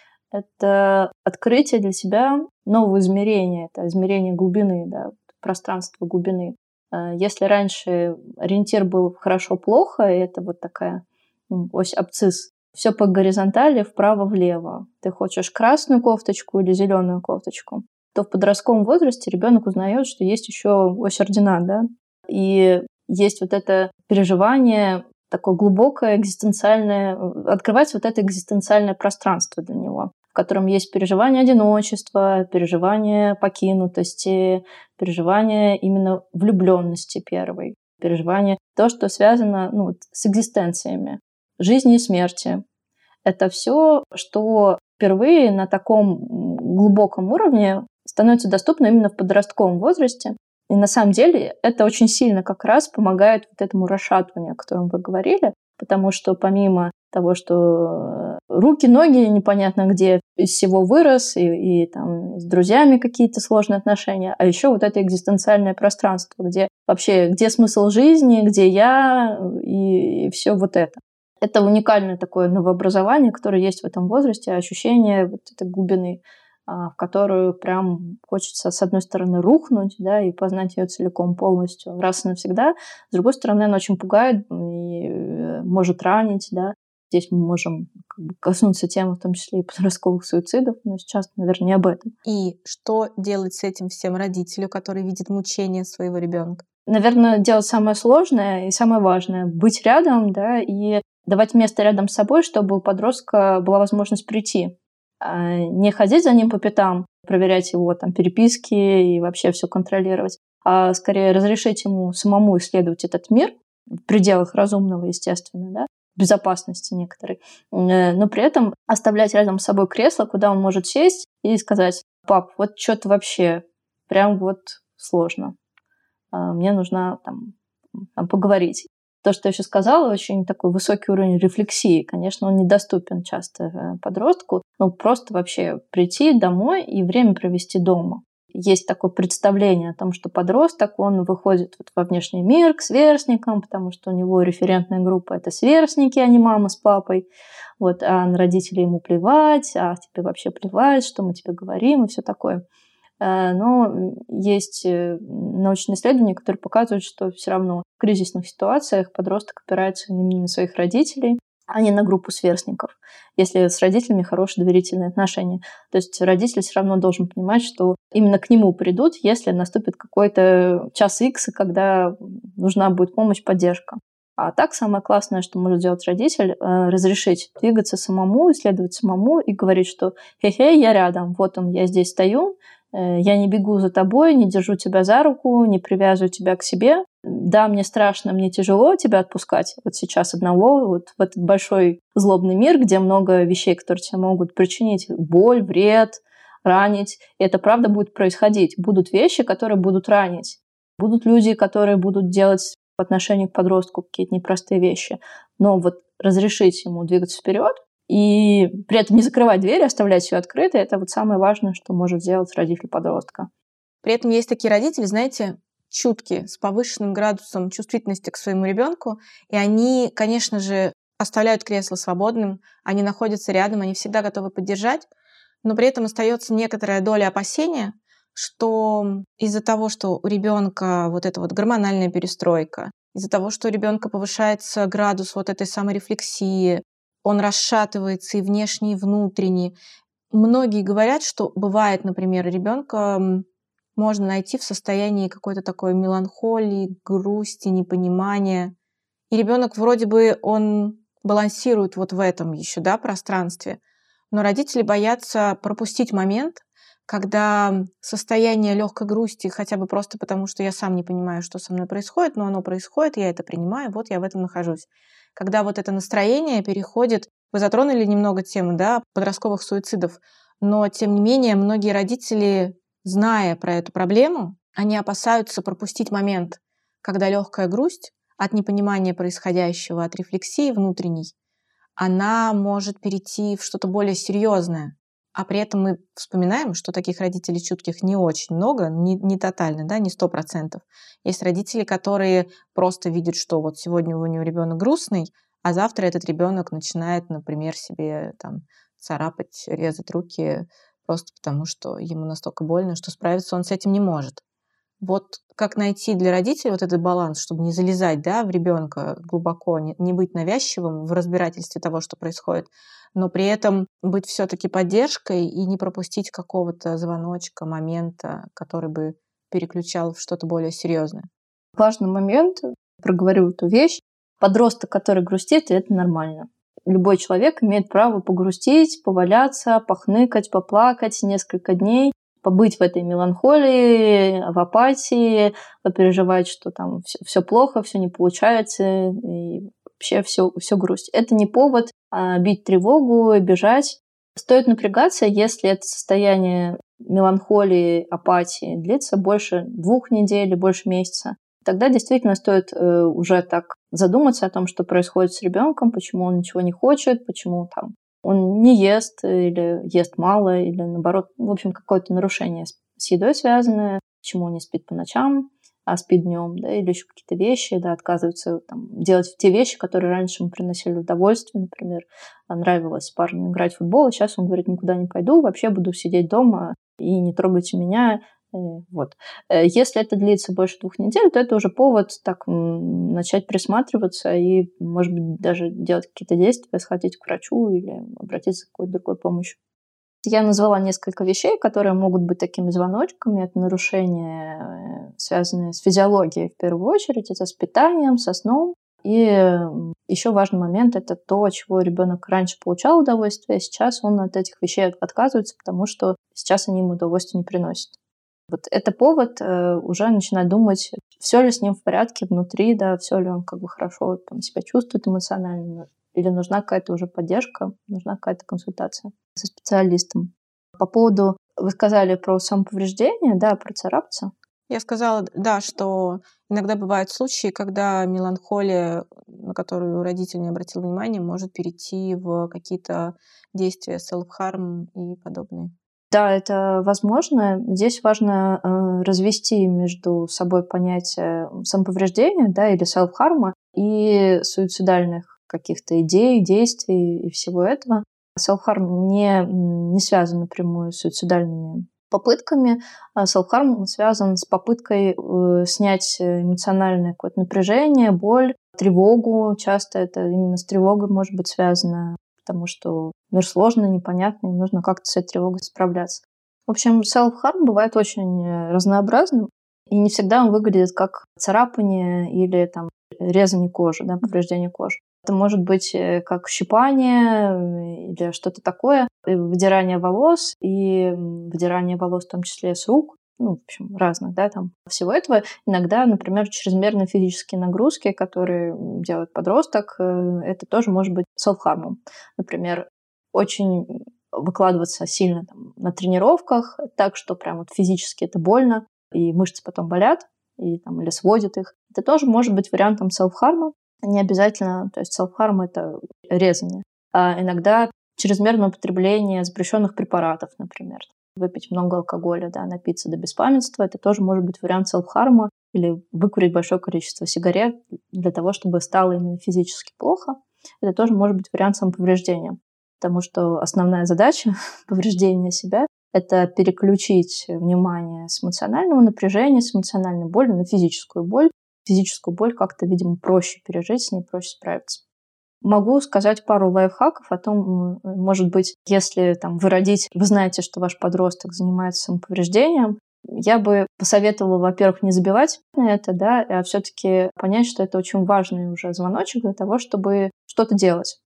это открытие для себя нового измерения, это измерение глубины, да, пространства глубины. Если раньше ориентир был хорошо-плохо, и это вот такая ось абсцисс, все по горизонтали, вправо-влево. Ты хочешь красную кофточку или зеленую кофточку, то в подростковом возрасте ребенок узнает, что есть еще ось ординат, да, и есть вот это переживание, такое глубокое экзистенциальное, открывается вот это экзистенциальное пространство для него, в котором есть переживание одиночества, переживание покинутости, переживание именно влюбленности первой, переживание то, что связано с экзистенциями, жизни и смерти. Это все, что впервые на таком глубоком уровне становится доступно именно в подростковом возрасте. И на самом деле это очень сильно как раз помогает вот этому расшатыванию, о котором вы говорили, потому что помимо того, что руки, ноги непонятно где, из всего вырос, и там с друзьями какие-то сложные отношения, а еще вот это экзистенциальное пространство, где вообще, где смысл жизни, где я, и все вот это. Это уникальное такое новообразование, которое есть в этом возрасте, ощущение вот этой глубины, в которую прям хочется, с одной стороны, рухнуть, да, и познать ее целиком, полностью, раз и навсегда. С другой стороны, она очень пугает и может ранить, да. Здесь мы можем коснуться темы, в том числе и подростковых суицидов, но сейчас, наверное, не об этом. И что делать с этим всем родителю, который видит мучения своего ребенка? Наверное, делать самое сложное и самое важное — быть рядом, да, и давать место рядом с собой, чтобы у подростка была возможность прийти. Не ходить за ним по пятам, проверять его там переписки и вообще все контролировать, а скорее разрешить ему самому исследовать этот мир в пределах разумного, естественно, да, безопасности некоторой, но при этом оставлять рядом с собой кресло, куда он может сесть и сказать: пап, вот что-то вообще прям вот сложно, мне нужно там поговорить. То, что я еще сказала, очень такой высокий уровень рефлексии. Конечно, он недоступен часто подростку, но просто вообще прийти домой и время провести дома. есть такое представление о том, что подросток, он выходит вот во внешний мир к сверстникам, потому что у него референтная группа — это сверстники, а не мама с папой. Вот, а на родителей ему плевать, а тебе вообще плевать, что мы тебе говорим и все такое. Но есть научные исследования, которые показывают, что все равно в кризисных ситуациях подросток опирается именно на своих родителей, а не на группу сверстников, если с родителями хорошие доверительные отношения. То есть родитель все равно должен понимать, что именно к нему придут, если наступит какой-то час икс, когда нужна будет помощь, поддержка. А так самое классное, что может сделать родитель, разрешить двигаться самому, исследовать самому и говорить, что «хе-хе, я рядом, вот он, я здесь стою, я не бегу за тобой, не держу тебя за руку, не привязываю тебя к себе. Да, мне страшно, мне тяжело тебя отпускать вот сейчас одного вот в этот большой злобный мир, где много вещей, которые тебе могут причинить боль, вред, ранить. И это правда будет происходить. Будут вещи, которые будут ранить. Будут люди, которые будут делать по отношению к подростку какие-то непростые вещи. Но вот разрешить ему двигаться вперед и при этом не закрывать дверь, оставлять все открытой — это вот самое важное, что может сделать родитель подростка. При этом есть такие родители, знаете, чуткие, с повышенным градусом чувствительности к своему ребенку, и они, конечно же, оставляют кресло свободным, они находятся рядом, они всегда готовы поддержать, но при этом остается некоторая доля опасения, что из-за того, что у ребенка вот эта вот гормональная перестройка, из-за того, что у ребенка повышается градус вот этой саморефлексии, он расшатывается и внешне, и внутренне. Многие говорят, что бывает, например, ребенка можно найти в состоянии какой-то такой меланхолии, грусти, непонимания. И ребенок вроде бы он балансирует вот в этом еще, да, пространстве. Но родители боятся пропустить момент, когда состояние легкой грусти, хотя бы просто потому, что я сам не понимаю, что со мной происходит, но оно происходит, я это принимаю, вот я в этом нахожусь. Когда вот это настроение переходит, вы затронули немного темы, да, подростковых суицидов, но тем не менее многие родители, зная про эту проблему, они опасаются пропустить момент, когда легкая грусть от непонимания происходящего, от рефлексии внутренней, она может перейти в что-то более серьезное. А при этом мы вспоминаем, что таких родителей чутких не очень много, не тотально, да, не 100%. Есть родители, которые просто видят, что вот сегодня у него ребенок грустный, а завтра этот ребенок начинает, например, себе там царапать, резать руки просто потому, что ему настолько больно, что справиться он с этим не может. Вот как найти для родителей вот этот баланс, чтобы не залезать, да, в ребенка глубоко, не быть навязчивым в разбирательстве того, что происходит, но при этом быть все-таки поддержкой и не пропустить какого-то звоночка, момента, который бы переключал в что-то более серьезное. Важный момент, проговорю эту вещь. Подросток, который грустит, это нормально. Любой человек имеет право погрустить, поваляться, похныкать, поплакать несколько дней, побыть в этой меланхолии, в апатии, попереживать, что там все плохо, все не получается, и вообще все грусть. Это не повод бить тревогу, бежать. Стоит напрягаться, если это состояние меланхолии, апатии длится больше 2 недель, больше месяца. Тогда действительно стоит уже так задуматься о том, что происходит с ребенком, почему он ничего не хочет, почему там он не ест или ест мало, или наоборот, в общем, какое-то нарушение с едой связанное, почему он не спит по ночам, а спит днем, да, или еще какие-то вещи, да, отказываются там, делать те вещи, которые раньше ему приносили удовольствие, например, нравилось парню играть в футбол, и сейчас он говорит, никуда не пойду, вообще буду сидеть дома и не трогайте меня. Вот. Если это длится больше 2 недель, то это уже повод так начать присматриваться и, может быть, даже делать какие-то действия, сходить к врачу или обратиться к какой-то другой помощи. Я назвала несколько вещей, которые могут быть такими звоночками. Это нарушения, связанные с физиологией в первую очередь, это с питанием, со сном. И еще важный момент — это то, от чего ребенок раньше получал удовольствие, а сейчас он от этих вещей отказывается, потому что сейчас они ему удовольствия не приносят. Вот это повод уже начинать думать, все ли с ним в порядке внутри, да, все ли он как бы хорошо там, себя чувствует эмоционально, или нужна какая-то уже поддержка, нужна какая-то консультация со специалистом. По поводу, вы сказали про самоповреждение, да, про царапаться. Я сказала, да, что иногда бывают случаи, когда меланхолия, на которую родитель не обратил внимания, может перейти в какие-то действия self-harm и подобные. Да, это возможно. Здесь важно развести между собой понятие самоповреждения, да, или self-harm и суицидальных каких-то идей, действий и всего этого. Self-harm не связан напрямую с суицидальными попытками. А self-harm связан с попыткой снять эмоциональное какое-то напряжение, боль, тревогу. Часто это именно с тревогой может быть связано, потому что мир сложный, непонятный, нужно как-то с этой тревогой справляться. В общем, self-harm бывает очень разнообразным, и не всегда он выглядит как царапание или там резание кожи, да, повреждение кожи. Это может быть как щипание или что-то такое, и выдирание волос, в том числе с рук, ну, в общем, разных, да, там всего этого. Иногда, например, чрезмерные физические нагрузки, которые делает подросток, это тоже может быть self-harm. Например, очень выкладываться сильно там, на тренировках, так что прям вот физически это больно, и мышцы потом болят, и, там, или сводят их. Это тоже может быть вариантом self-harm. Не обязательно, то есть self-harm — это резание. А иногда чрезмерное употребление запрещенных препаратов, например. Выпить много алкоголя, да, напиться до беспамятства — это тоже может быть вариант self-harm. Или выкурить большое количество сигарет для того, чтобы стало именно физически плохо. Это тоже может быть вариант самоповреждения. Потому что основная задача повреждения себя — это переключить внимание с эмоционального напряжения, с эмоциональной боли на физическую боль. Физическую боль как-то, видимо, проще пережить, с ней проще справиться. Могу сказать пару лайфхаков о том, может быть, если там, вы родитель, вы знаете, что ваш подросток занимается самоповреждением, я бы посоветовала, во-первых, не забивать на это, да, а все-таки понять, что это очень важный уже звоночек для того, чтобы что-то делать.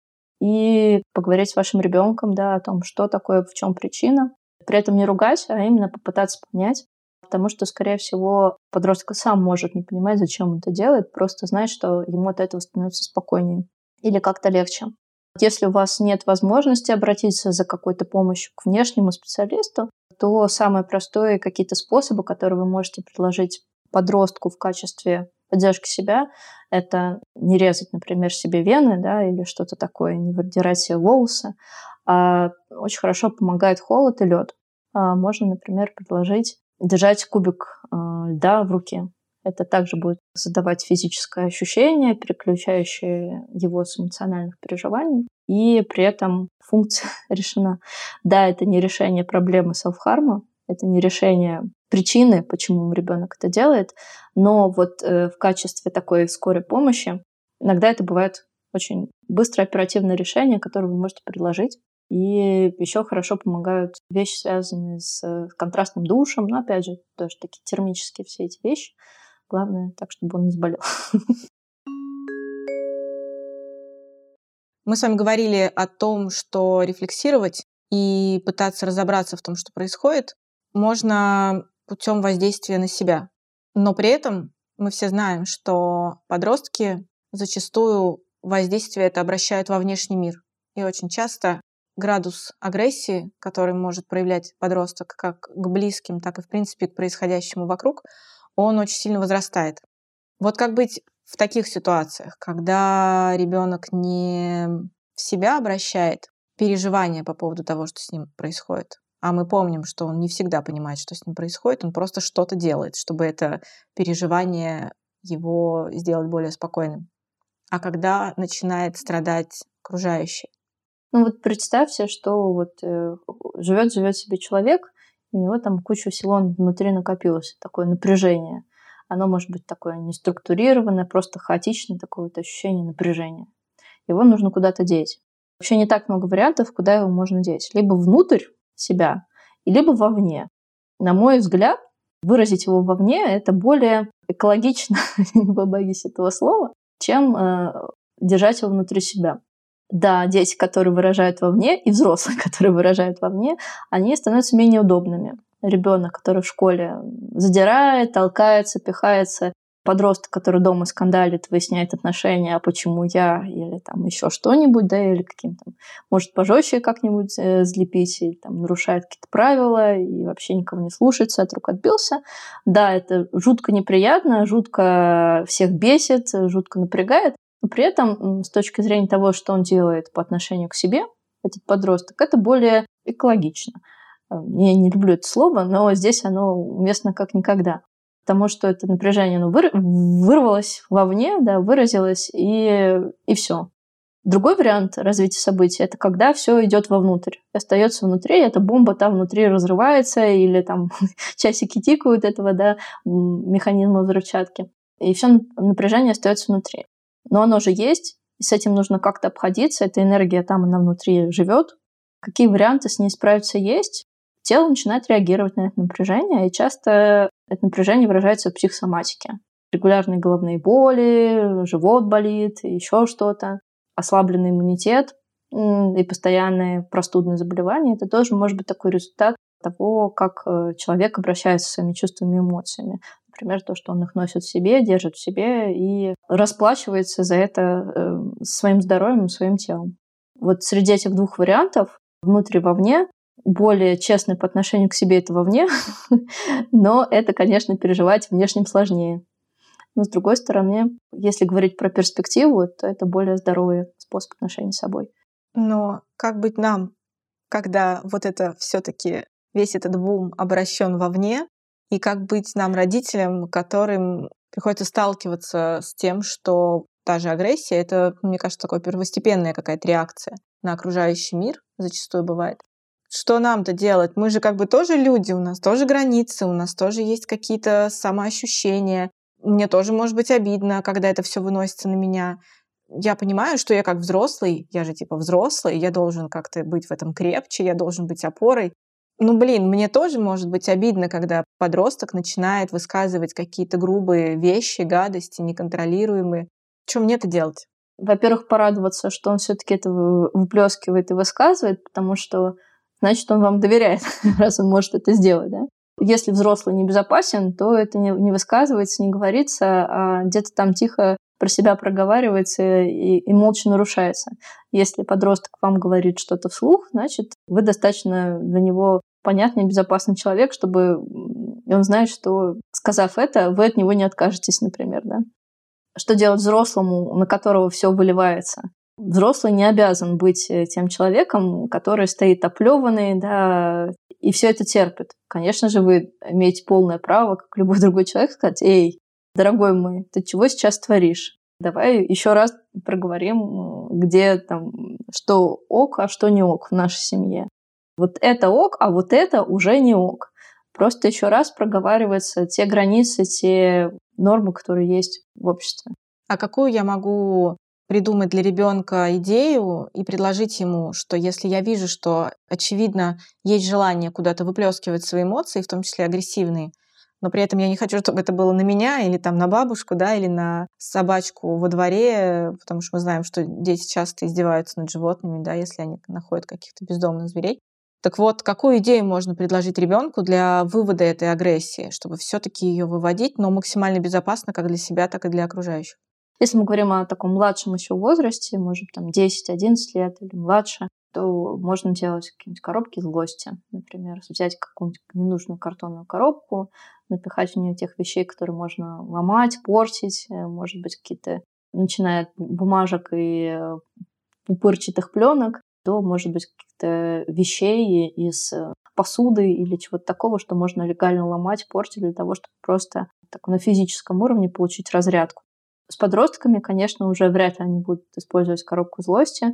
И поговорить с вашим ребенком, да, о том, что такое, в чем причина. При этом не ругать, а именно попытаться понять, потому что, скорее всего, подросток сам может не понимать, зачем он это делает, просто знать, что ему от этого становится спокойнее или как-то легче. Если у вас нет возможности обратиться за какой-то помощью к внешнему специалисту, то самые простые какие-то способы, которые вы можете предложить подростку в качестве поддержки себя, это не резать, например, себе вены, да, или что-то такое, не выдирать себе волосы. А очень хорошо помогает холод и лед. Можно, например, предложить держать кубик льда в руке. Это также будет создавать физическое ощущение, переключающее его с эмоциональных переживаний, и при этом функция решена. Да, это не решение проблемы self-harm, это не решение причины, почему ребенок это делает, но вот в качестве такой скорой помощи иногда это бывает очень быстрое оперативное решение, которое вы можете предложить. И еще хорошо помогают вещи, связанные с контрастным душем, но опять же, тоже такие термические все эти вещи. Главное, так, чтобы он не заболел. Мы с вами говорили о том, что рефлексировать и пытаться разобраться в том, что происходит, можно путем воздействия на себя. Но при этом мы все знаем, что подростки зачастую воздействие это обращают во внешний мир. И очень часто градус агрессии, который может проявлять подросток как к близким, так и, в принципе, к происходящему вокруг, он очень сильно возрастает. Вот как быть в таких ситуациях, когда ребенок не в себя обращает переживания по поводу того, что с ним происходит, а мы помним, что он не всегда понимает, что с ним происходит, он просто что-то делает, чтобы это переживание его сделать более спокойным. А когда начинает страдать окружающий? Ну вот представьте, что вот живет себе человек, у него там куча всего внутри накопилось, такое напряжение. Оно может быть такое неструктурированное, просто хаотичное, такое вот ощущение напряжения. Его нужно куда-то деть. Вообще не так много вариантов, куда его можно деть. Либо внутрь себя, либо вовне. На мой взгляд, выразить его вовне — это более экологично, не побоюсь этого слова, чем держать его внутри себя. Да, дети, которые выражают вовне, и взрослые, которые выражают вовне, они становятся менее удобными. Ребенок, который в школе задирает, толкается, пихается, подросток, который дома скандалит, выясняет отношения, а почему я, или там еще что-нибудь, да, или каким-то, может пожестче как-нибудь злепить, или там нарушает какие-то правила и вообще никого не слушается, от рук отбился. Да, это жутко неприятно, жутко всех бесит, жутко напрягает, но при этом с точки зрения того, что он делает по отношению к себе, этот подросток, это более экологично. Я не люблю это слово, но здесь оно уместно как никогда. Потому что это напряжение вырвалось вовне, да, выразилось, и все. Другой вариант развития событий — это когда все идет вовнутрь, остается внутри, эта бомба там внутри разрывается, или там часики тикают этого, да, механизма взрывчатки, и все напряжение остается внутри. Но оно же есть, и с этим нужно как-то обходиться, эта энергия там, она внутри живет. Какие варианты с ней справиться есть? Тело начинает реагировать на это напряжение, и часто это напряжение выражается в психосоматике. Регулярные головные боли, живот болит, еще что-то. Ослабленный иммунитет и постоянные простудные заболевания — это тоже может быть такой результат того, как человек обращается со своими чувствами и эмоциями. Например, то, что он их носит в себе, держит в себе и расплачивается за это своим здоровьем и своим телом. Вот среди этих двух вариантов, внутри и вовне, более честный по отношению к себе — это вовне, но это, конечно, переживать внешним сложнее. Но, с другой стороны, если говорить про перспективу, то это более здоровый способ отношений с собой. Но как быть нам, когда вот это все-таки весь этот бум обращен вовне, и как быть нам, родителям, которым приходится сталкиваться с тем, что та же агрессия — это, мне кажется, такая первостепенная какая-то реакция на окружающий мир, зачастую бывает. Что нам-то делать? Мы же как бы тоже люди, у нас тоже границы, у нас тоже есть какие-то самоощущения. Мне тоже может быть обидно, когда это все выносится на меня. Я понимаю, что я как взрослый, я же типа взрослый, я должен как-то быть в этом крепче, я должен быть опорой. Ну, блин, мне тоже может быть обидно, когда подросток начинает высказывать какие-то грубые вещи, гадости, неконтролируемые. Что мне-то делать? Во-первых, порадоваться, что он все-таки это выплескивает и высказывает, потому что значит, он вам доверяет, раз он может это сделать, да? Если взрослый небезопасен, то это не высказывается, не говорится, а где-то там тихо про себя проговаривается и молча нарушается. Если подросток вам говорит что-то вслух, значит, вы достаточно для него понятный и безопасный человек, чтобы он знает, что, сказав это, вы от него не откажетесь, например, да? Что делать взрослому, на которого все выливается? Взрослый не обязан быть тем человеком, который стоит оплеванный, да, и все это терпит. Конечно же, вы имеете полное право, как любой другой человек, сказать: «Эй, дорогой мой, ты чего сейчас творишь? Давай еще раз проговорим, где там, что ок, а что не ок в нашей семье. Вот это ок, а вот это уже не ок». Просто еще раз проговариваются те границы, те нормы, которые есть в обществе. А какую я могу придумать для ребенка идею и предложить ему, что если я вижу, что, очевидно, есть желание куда-то выплескивать свои эмоции, в том числе агрессивные, но при этом я не хочу, чтобы это было на меня или там на бабушку, да, или на собачку во дворе, потому что мы знаем, что дети часто издеваются над животными, да, если они находят каких-то бездомных зверей. Так вот, какую идею можно предложить ребенку для вывода этой агрессии, чтобы все-таки ее выводить, но максимально безопасно как для себя, так и для окружающих? Если мы говорим о таком младшем еще возрасте, может, там 10-11 лет или младше, то можно делать какие-нибудь коробки злости. Например, взять какую-нибудь ненужную картонную коробку, напихать в нее тех вещей, которые можно ломать, портить, может быть, какие-то, начиная от бумажек и пупырчатых пленок, до, может быть, каких-то вещей из посуды или чего-то такого, что можно легально ломать, портить для того, чтобы просто так, на физическом уровне получить разрядку. С подростками, конечно, уже вряд ли они будут использовать коробку злости,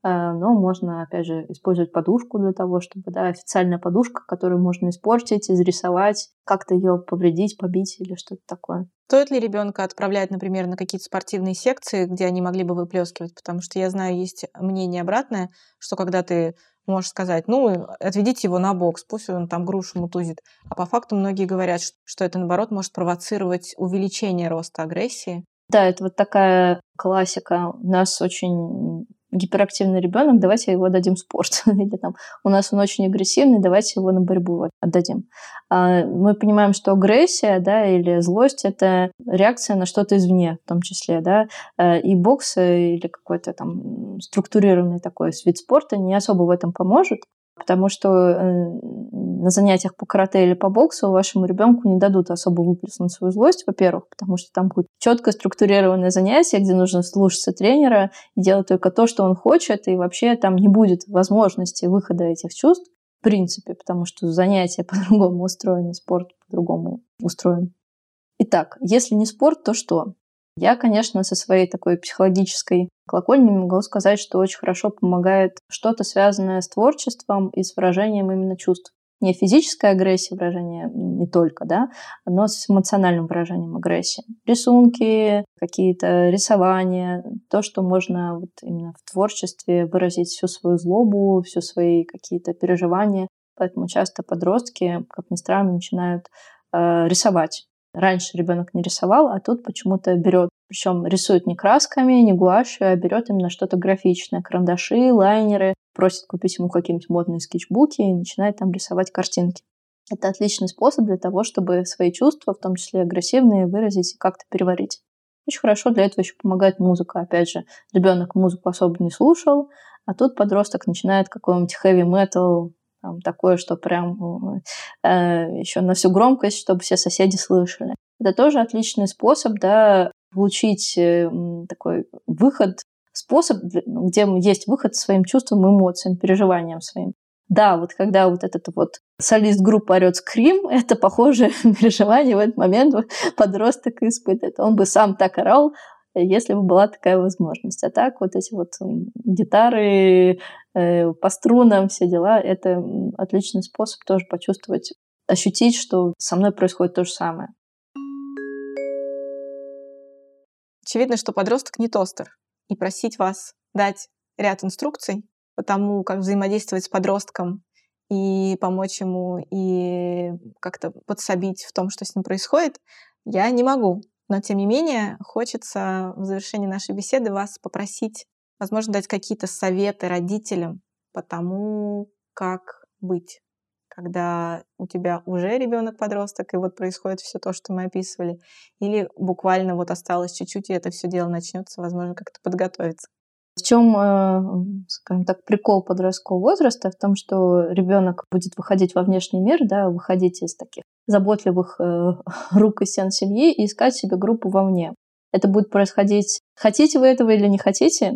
но можно, опять же, использовать подушку для того, чтобы, да, официальная подушка, которую можно испортить, изрисовать, как-то ее повредить, побить или что-то такое. Стоит ли ребенка отправлять, например, на какие-то спортивные секции, где они могли бы выплескивать? Потому что я знаю, есть мнение обратное, что когда ты можешь сказать: ну, отведите его на бокс, пусть он там грушу мутузит. А по факту многие говорят, что это, наоборот, может провоцировать увеличение роста агрессии. Да, это вот такая классика. У нас очень гиперактивный ребенок, давайте его отдадим в спорт. Или там у нас он очень агрессивный, давайте его на борьбу отдадим. Мы понимаем, что агрессия, да, или злость — это реакция на что-то извне, в том числе, да, и бокс или какой-то там структурированный такой вид спорта не особо в этом поможет. Потому что на занятиях по карате или по боксу вашему ребенку не дадут особо выплеснуть свою злость, во-первых, потому что там будет четко структурированное занятие, где нужно слушаться тренера и делать только то, что он хочет, и вообще там не будет возможности выхода этих чувств. принципе, потому что занятия по-другому устроены, спорт по-другому устроен. Итак, если не спорт, то что? Я, конечно, со своей такой психологической колокольни могу сказать, что очень хорошо помогает что-то, связанное с творчеством и с выражением именно чувств. Не физическая агрессия, выражение не только, да, но с эмоциональным выражением агрессии. Рисунки, какие-то рисования, то, что можно вот именно в творчестве выразить всю свою злобу, все свои какие-то переживания. Поэтому часто подростки, как ни странно, начинают рисовать. Раньше ребенок не рисовал, а тут почему-то берет, причем рисует не красками, не гуашью, а берет именно что-то графичное, карандаши, лайнеры, просит купить ему какие-нибудь модные скетчбуки и начинает там рисовать картинки. Это отличный способ для того, чтобы свои чувства, в том числе агрессивные, выразить и как-то переварить. Очень хорошо для этого еще помогает музыка. Опять же, ребенок музыку особо не слушал, а тут подросток начинает какой-нибудь heavy metal, там, такое, что прям еще на всю громкость, чтобы все соседи слышали. Это тоже отличный способ, да, получить такой выход, способ, где есть выход своим чувствам, эмоциям, переживаниям своим. Да, вот когда вот этот вот солист группы орёт скрим, это похожее переживание в этот момент подросток испытывает. Он бы сам так орал, если бы была такая возможность. А так вот эти вот гитары по струнам, все дела, это отличный способ тоже почувствовать, ощутить, что со мной происходит то же самое. Очевидно, что подросток не тостер. И просить вас дать ряд инструкций по тому, как взаимодействовать с подростком и помочь ему, и как-то подсобить в том, что с ним происходит, я не могу. Но, тем не менее, хочется в завершении нашей беседы вас попросить, возможно, дать какие-то советы родителям по тому, как быть, когда у тебя уже ребенок-подросток, и вот происходит все то, что мы описывали, или буквально вот осталось чуть-чуть, и это все дело начнется, возможно, как-то подготовиться. В чем, скажем так, прикол подросткового возраста? В том, что ребенок будет выходить во внешний мир, да, выходить из таких заботливых рук и стен семьи и искать себе группу вовне. Это будет происходить, хотите вы этого или не хотите,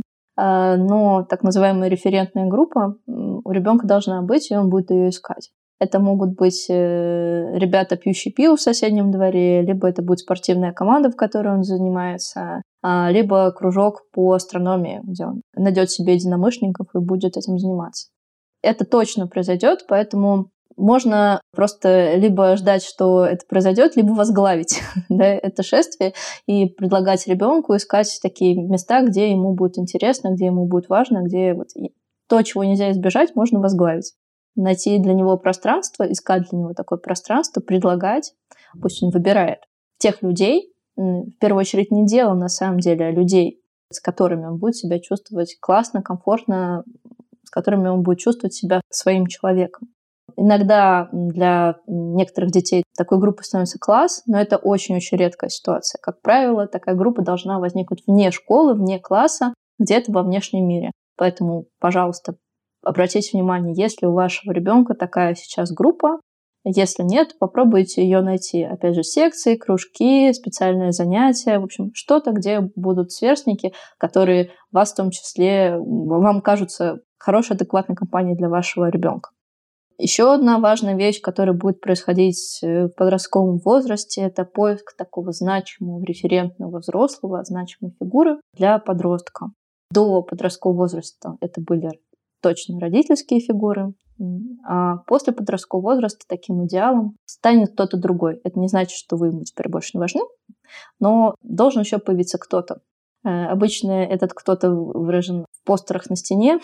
но так называемая референтная группа у ребенка должна быть, и он будет ее искать. Это могут быть ребята, пьющие пиво в соседнем дворе, либо это будет спортивная команда, в которой он занимается, либо кружок по астрономии, где он найдет себе единомышленников и будет этим заниматься. Это точно произойдет, поэтому можно просто либо ждать, что это произойдет, либо возглавить да, это шествие и предлагать ребенку искать такие места, где ему будет интересно, где ему будет важно, где вот то, чего нельзя избежать, можно возглавить. Найти для него пространство, искать для него такое пространство, предлагать, пусть он выбирает тех людей, в первую очередь не дело на самом деле, а людей, с которыми он будет себя чувствовать классно, комфортно, с которыми он будет чувствовать себя своим человеком. Иногда для некоторых детей такой группой становится класс, но это очень-очень редкая ситуация. Как правило, такая группа должна возникнуть вне школы, вне класса, где-то во внешнем мире. Поэтому, пожалуйста, обратите внимание, есть ли у вашего ребенка такая сейчас группа. Если нет, попробуйте ее найти. Опять же, секции, кружки, специальные занятия, в общем, что-то, где будут сверстники, которые вас в том числе, вам кажутся хорошей, адекватной компанией для вашего ребенка. Еще одна важная вещь, которая будет происходить в подростковом возрасте, это поиск такого значимого, референтного взрослого, значимой фигуры для подростка. До подросткового возраста это были точно родительские фигуры, а после подросткового возраста таким идеалом станет кто-то другой. Это не значит, что вы ему теперь больше не важны, но должен еще появиться кто-то. Обычно этот кто-то выражен в постерах на стене,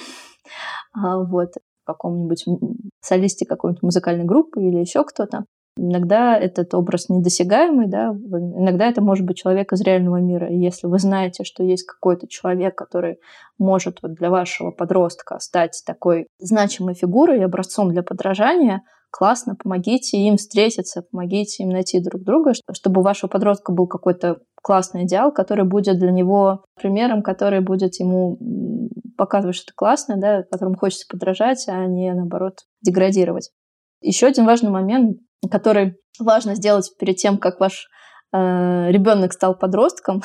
вот, в каком-нибудь солисте какой-нибудь музыкальной группы или еще кто-то. Иногда этот образ недосягаемый, да, иногда это может быть человек из реального мира. И если вы знаете, что есть какой-то человек, который может вот для вашего подростка стать такой значимой фигурой и образцом для подражания, классно, помогите им встретиться, помогите им найти друг друга, чтобы у вашего подростка был какой-то классный идеал, который будет для него примером, который будет ему показывать что-то классное, да, которому хочется подражать, а не, наоборот, деградировать. Еще один важный момент, который важно сделать перед тем, как ваш ребенок стал подростком,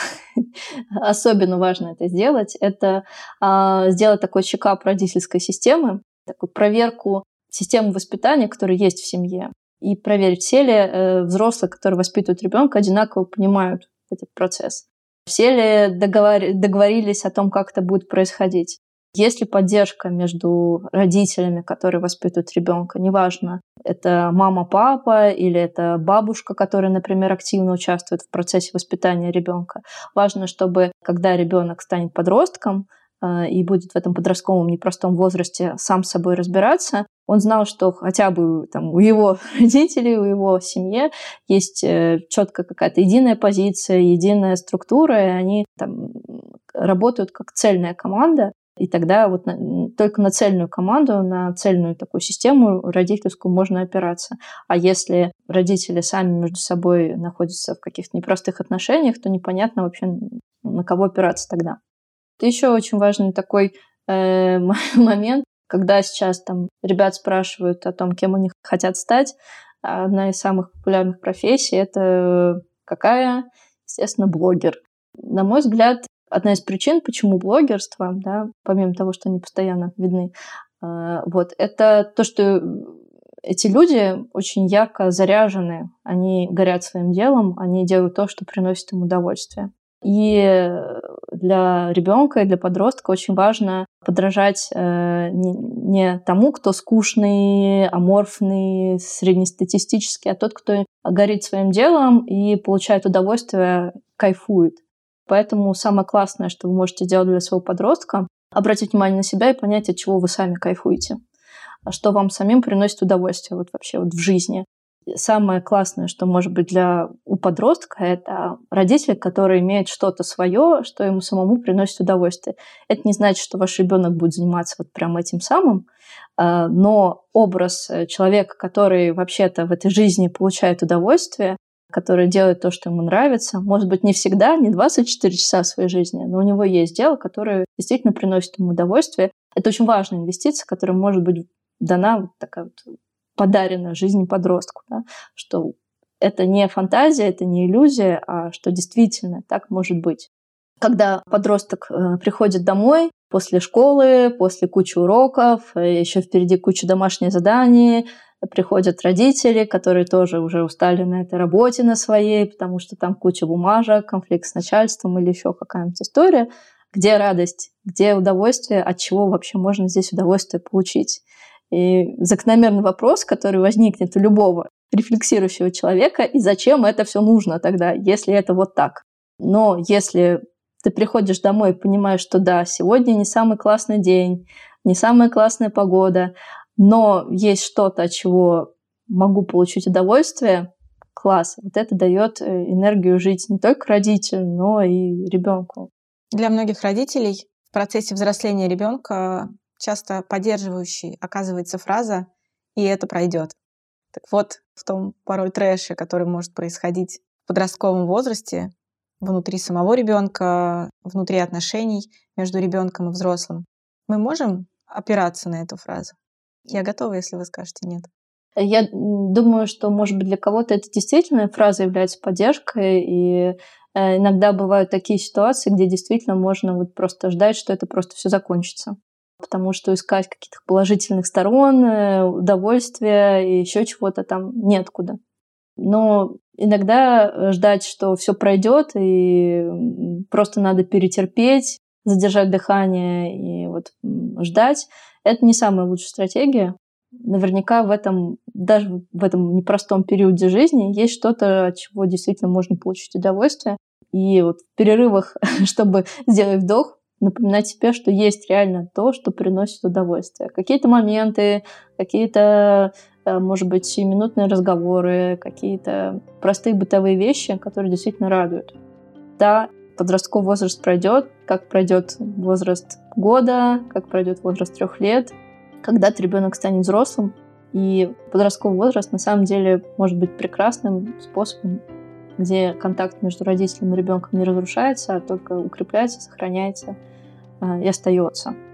особенно важно это сделать, это сделать такой чекап родительской системы, такую проверку систему воспитания, которая есть в семье, и проверить, все ли взрослые, которые воспитывают ребенка, одинаково понимают этот процесс. Все ли договорились о том, как это будет происходить. Есть ли поддержка между родителями, которые воспитывают ребенка, неважно, это мама, папа или это бабушка, которая, например, активно участвует в процессе воспитания ребенка. Важно, чтобы, когда ребенок станет подростком и будет в этом подростковом непростом возрасте сам с собой разбираться, он знал, что хотя бы там, у его родителей, у его семьи есть четко какая-то единая позиция, единая структура, и они там работают как цельная команда. И тогда вот только на цельную команду, на цельную такую систему родительскую можно опираться. А если родители сами между собой находятся в каких-то непростых отношениях, то непонятно вообще, на кого опираться тогда. Еще очень важный такой момент, когда сейчас там ребят спрашивают о том, кем они хотят стать, одна из самых популярных профессий — это какая? Естественно, блогер. На мой взгляд, одна из причин, почему блогерство, да, помимо того, что они постоянно видны, это то, что эти люди очень ярко заряжены, они горят своим делом, они делают то, что приносит им удовольствие. И для ребенка и для подростка очень важно подражать не тому, кто скучный, аморфный, среднестатистический, а тот, кто горит своим делом и получает удовольствие, кайфует. Поэтому самое классное, что вы можете сделать для своего подростка, обратить внимание на себя и понять, от чего вы сами кайфуете, что вам самим приносит удовольствие вообще в жизни. Самое классное, что может быть у подростка, это родители, которые имеют что-то свое, что ему самому приносит удовольствие. Это не значит, что ваш ребенок будет заниматься вот прямо этим самым, но образ человека, который вообще-то в этой жизни получает удовольствие, который делает то, что ему нравится, может быть, не всегда, не 24 часа в своей жизни, но у него есть дело, которое действительно приносит ему удовольствие. Это очень важная инвестиция, которая может быть дана вот такая вот подарена жизни подростку, да, что это не фантазия, это не иллюзия, а что действительно так может быть. Когда подросток приходит домой после школы, после кучи уроков, еще впереди куча домашних заданий, приходят родители, которые тоже уже устали на этой работе на своей, потому что там куча бумажек, конфликт с начальством или еще какая-нибудь история. Где радость, где удовольствие, от чего вообще можно здесь удовольствие получить? И закономерный вопрос, который возникнет у любого рефлексирующего человека, и зачем это все нужно тогда, если это вот так. Но если ты приходишь домой и понимаешь, что да, сегодня не самый классный день, не самая классная погода, но есть что-то, от чего могу получить удовольствие, класс. Вот это дает энергию жить не только родителю, но и ребенку. Для многих родителей в процессе взросления ребенка часто поддерживающей оказывается фраза «и это пройдет». Так вот, в том порой трэше, который может происходить в подростковом возрасте, внутри самого ребенка, внутри отношений между ребенком и взрослым, мы можем опираться на эту фразу? Я готова, если вы скажете нет. Я думаю, что, может быть, для кого-то это действительно фраза является поддержкой, и иногда бывают такие ситуации, где действительно можно вот просто ждать, что это просто все закончится. Потому что искать каких-то положительных сторон, удовольствия и еще чего-то там неоткуда. Но иногда ждать, что все пройдет, и просто надо перетерпеть, задержать дыхание и вот ждать, это не самая лучшая стратегия. Наверняка даже в этом непростом периоде жизни есть что-то, от чего действительно можно получить удовольствие. И вот в перерывах, чтобы сделать вдох, напоминать себе, что есть реально то, что приносит удовольствие. Какие-то моменты, какие-то, может быть, сиюминутные разговоры, какие-то простые бытовые вещи, которые действительно радуют. Да, подростковый возраст пройдет, как пройдет возраст года, как пройдет возраст 3 лет. Когда-то ребенок станет взрослым, и подростковый возраст на самом деле может быть прекрасным способом, где контакт между родителем и ребенком не разрушается, а только укрепляется, сохраняется и остается.